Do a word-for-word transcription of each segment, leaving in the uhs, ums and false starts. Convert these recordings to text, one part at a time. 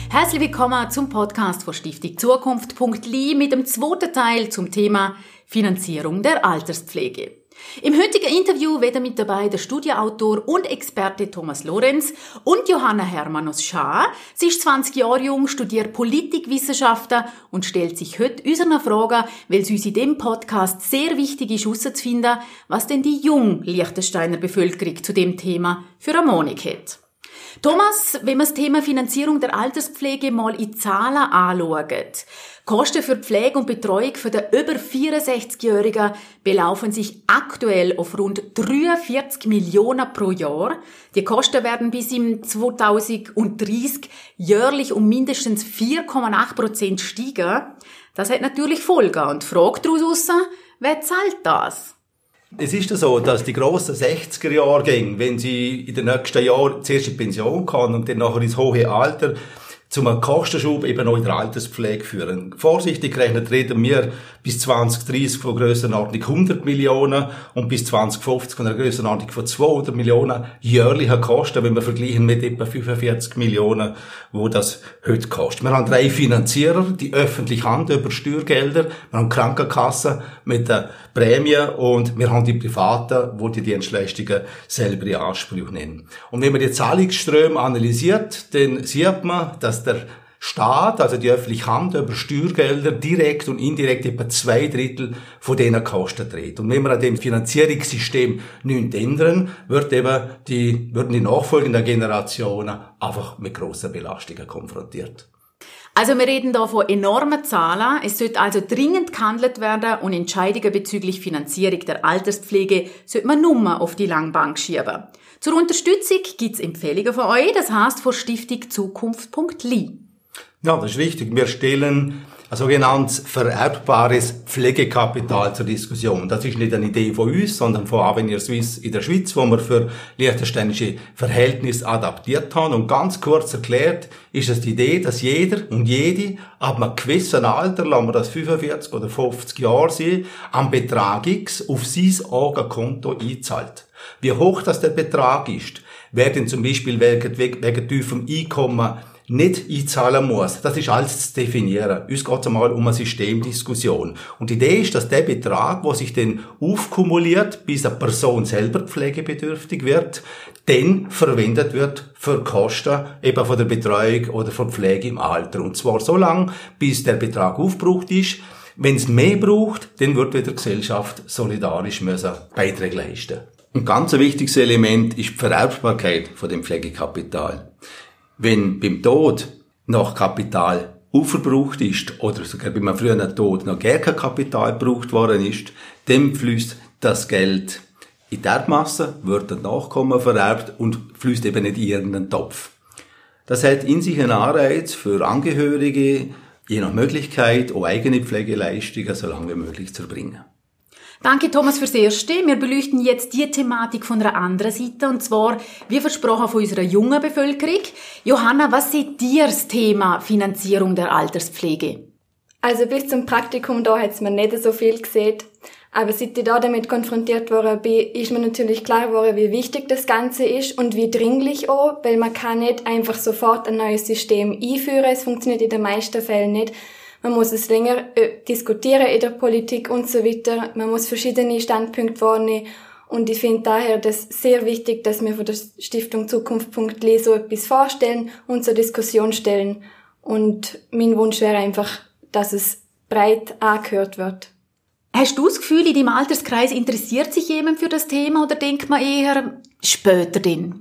Herzlich willkommen zum Podcast von Stiftung Zukunft Punkt L I mit dem zweiten Teil zum Thema Finanzierung der Alterspflege. Im heutigen Interview werden mit dabei der Studienautor und Experte Thomas Lorenz und Johanna Hermann aus Schaar. Sie ist zwanzig Jahre jung, studiert Politikwissenschaften und stellt sich heute unseren Fragen, weil es uns in diesem Podcast sehr wichtig ist, herauszufinden, was denn die junge Liechtensteiner Bevölkerung zu dem Thema für eine Meinung hat. Thomas, wenn man das Thema Finanzierung der Alterspflege mal in Zahlen anschaut, Kosten für Pflege und Betreuung für die über vierundsechzigjährigen belaufen sich aktuell auf rund dreiundvierzig Millionen pro Jahr. Die Kosten werden bis im zweitausenddreißig jährlich um mindestens vier Komma acht Prozent steigen. Das hat natürlich Folgen. Und die Frage daraus, wer zahlt das? Es ist ja so, dass die grossen sechziger-Jahrgänge, wenn sie in den nächsten Jahren zuerst in Pension kommen und dann nachher ins hohe Alter, zum Kostenschub eben noch in der Alterspflege führen. Vorsichtig gerechnet reden wir bis zwanzig dreißig von Grössenordnung hundert Millionen und bis zwanzig fünfzig von einer Grössenordnung von zweihundert Millionen jährlicher Kosten, wenn wir vergleichen mit etwa fünfundvierzig Millionen, wo das heute kostet. Wir haben drei Finanzierer, die öffentliche Hand über Steuergelder, wir haben Krankenkassen mit der Prämie und wir haben die Privaten, die die Dienstleistungen selber in Anspruch nehmen. Und wenn man die Zahlungsströme analysiert, dann sieht man, dass der Staat, also die öffentliche Hand über Steuergelder, direkt und indirekt etwa zwei Drittel von diesen Kosten trägt. Und wenn wir an dem Finanzierungssystem nichts ändern, wird eben die, würden die nachfolgenden Generationen einfach mit grossen Belastungen konfrontiert. Also wir reden da von enormen Zahlen. Es sollte also dringend gehandelt werden und Entscheidungen bezüglich Finanzierung der Alterspflege sollte man nur auf die Langbank schieben. Zur Unterstützung gibt's Empfehlungen von euch, das heisst von Stiftung Zukunft Punkt L I. Ja, das ist richtig. Wir stellen ein sogenanntes vererbbares Pflegekapital zur Diskussion. Das ist nicht eine Idee von uns, sondern von Avenir Suisse in der Schweiz, wo wir für liechtensteinische Verhältnisse adaptiert haben. Und ganz kurz erklärt ist es die Idee, dass jeder und jede ab einem gewissen Alter, lassen wir das fünfundvierzig oder fünfzig Jahre sein, am Betrag X auf sein Augenkonto einzahlt. Wie hoch das der Betrag ist, wer denn zum Beispiel wegen, wegen tiefem Einkommen nicht einzahlen muss, das ist alles zu definieren. Uns geht es einmal um eine Systemdiskussion. Und die Idee ist, dass der Betrag, der sich dann aufkumuliert, bis eine Person selber pflegebedürftig wird, dann verwendet wird für Kosten eben von der Betreuung oder von Pflege im Alter. Und zwar so lange, bis der Betrag aufgebraucht ist. Wenn es mehr braucht, dann wird wieder die Gesellschaft solidarisch müssen Beiträge leisten. Ein ganz wichtiges Element ist die Vererbbarkeit von dem Pflegekapital. Wenn beim Tod noch Kapital aufgebraucht ist oder sogar beim frühen Tod noch gar kein Kapital gebraucht worden ist, dann fließt das Geld in die Erbmasse, wird den Nachkommen vererbt und fließt eben nicht in irgendeinen Topf. Das hat in sich einen Anreiz für Angehörige, je nach Möglichkeit auch eigene Pflegeleistungen so lange wie möglich zu erbringen. Danke Thomas fürs Erste. Wir beleuchten jetzt die Thematik von einer anderen Seite, und zwar, wie versprochen, von unserer jungen Bevölkerung. Johanna, was seht ihr das Thema Finanzierung der Alterspflege? Also bis zum Praktikum da hat es mir nicht so viel gesehen. Aber seit ich da damit konfrontiert worden bin, ist mir natürlich klar geworden, wie wichtig das Ganze ist und wie dringlich auch, weil man kann nicht einfach sofort ein neues System einführen. Es funktioniert in den meisten Fällen nicht. Man muss es länger äh, diskutieren in der Politik und so weiter. Man muss verschiedene Standpunkte wahrnehmen. Und ich finde daher das sehr wichtig, dass wir von der Stiftung Zukunft Punkt L I so etwas vorstellen und zur Diskussion stellen. Und mein Wunsch wäre einfach, dass es breit angehört wird. Hast du das Gefühl, in deinem Alterskreis interessiert sich jemand für das Thema oder denkt man eher später denn?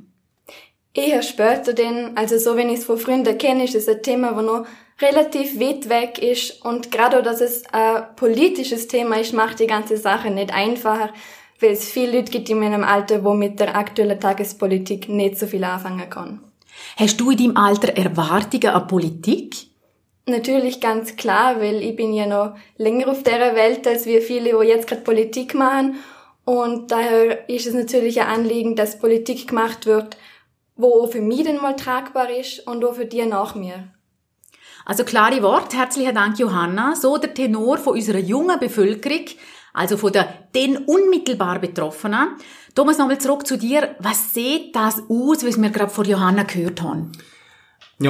Eher später denn. Also so, wenn ich es von Freunden kenne, ist es ein Thema, das noch relativ weit weg ist. Und gerade, dass es ein politisches Thema ist, macht die ganze Sache nicht einfacher, weil es viele Leute gibt in meinem Alter, die mit der aktuellen Tagespolitik nicht so viel anfangen können. Hast du in deinem Alter Erwartungen an Politik? Natürlich ganz klar, weil ich bin ja noch länger auf dieser Welt als wir viele, die jetzt gerade Politik machen. Und daher ist es natürlich ein Anliegen, dass Politik gemacht wird, wo auch für mich dann mal tragbar ist und auch für die nach mir. Also klare Worte. Herzlichen Dank, Johanna. So der Tenor von unserer jungen Bevölkerung, also von den, den unmittelbar Betroffenen. Thomas, nochmal zurück zu dir. Was sieht das aus, was wir gerade von Johanna gehört haben? Ja,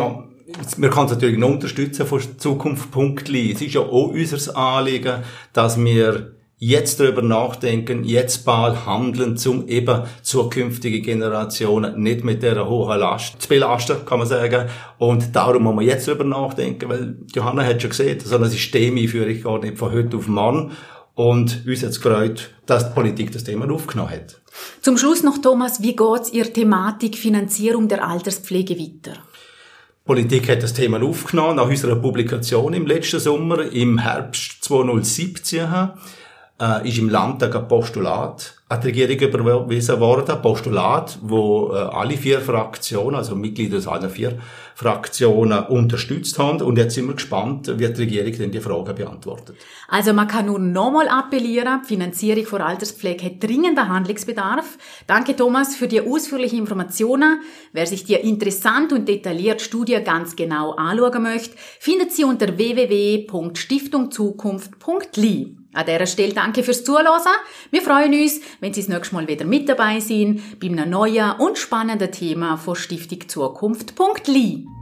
wir können es natürlich noch unterstützen von Zukunft Punkt L I. Es ist ja auch unser Anliegen, dass wir jetzt darüber nachdenken, jetzt bald handeln, um eben zukünftige Generationen nicht mit dieser hohen Last zu belasten, kann man sagen. Und darum muss man jetzt darüber nachdenken, weil Johanna hat schon gesehen, so eine Systemeinführung geht nicht von heute auf morgen. Und uns hat es gefreut, dass die Politik das Thema aufgenommen hat. Zum Schluss noch, Thomas, wie geht's Ihrer Thematik Finanzierung der Alterspflege weiter? Die Politik hat das Thema aufgenommen nach unserer Publikation im letzten Sommer, im Herbst zweitausendsiebzehn. Äh, ist im Landtag ein Postulat an die Regierung überwiesen worden. Ein Postulat, wo äh, alle vier Fraktionen, also Mitglieder aus allen vier Fraktionen unterstützt haben. Und jetzt sind wir gespannt, wie die Regierung denn die Fragen beantwortet. Also man kann nur nochmal appellieren, die Finanzierung von Alterspflege hat dringender Handlungsbedarf. Danke Thomas für die ausführlichen Informationen. Wer sich die interessant und detaillierte Studie ganz genau anschauen möchte, findet sie unter w w w punkt stiftung zukunft punkt l i. An dieser Stelle danke fürs Zuhören. Wir freuen uns, wenn Sie das nächste Mal wieder mit dabei sind, bei einem neuen und spannenden Thema von Stiftung Zukunft punkt l i.